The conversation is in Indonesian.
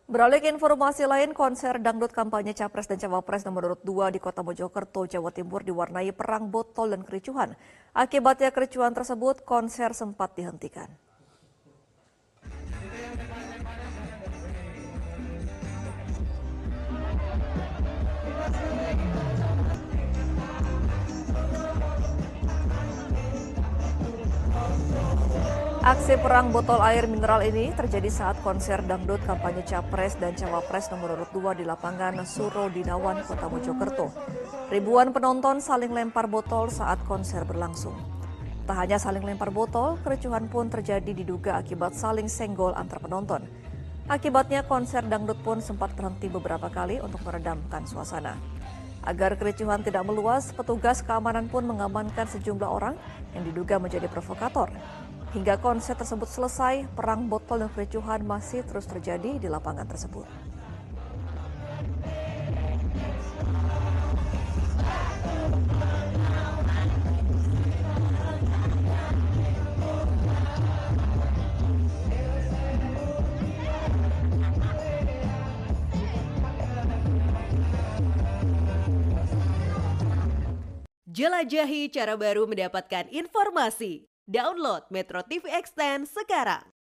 Beralih ke informasi lain, konser dangdut kampanye Capres dan Cawapres nomor urut 2 di Kota Mojokerto, Jawa Timur diwarnai perang botol dan kericuhan. Akibatnya kericuhan tersebut, konser sempat dihentikan. Aksi perang botol air mineral ini terjadi saat konser dangdut kampanye Capres dan Cawapres nomor urut 2 di lapangan Suro Dinawan, Kota Mojokerto. Ribuan penonton saling lempar botol saat konser berlangsung. Tak hanya saling lempar botol, kericuhan pun terjadi diduga akibat saling senggol antar penonton. Akibatnya konser dangdut pun sempat berhenti beberapa kali untuk meredamkan suasana. Agar kericuhan tidak meluas, petugas keamanan pun mengamankan sejumlah orang yang diduga menjadi provokator. Hingga konser tersebut selesai, perang botol dan kericuhan masih terus terjadi di lapangan tersebut. Jelajahi cara baru mendapatkan informasi. Download Metro TV Extend sekarang.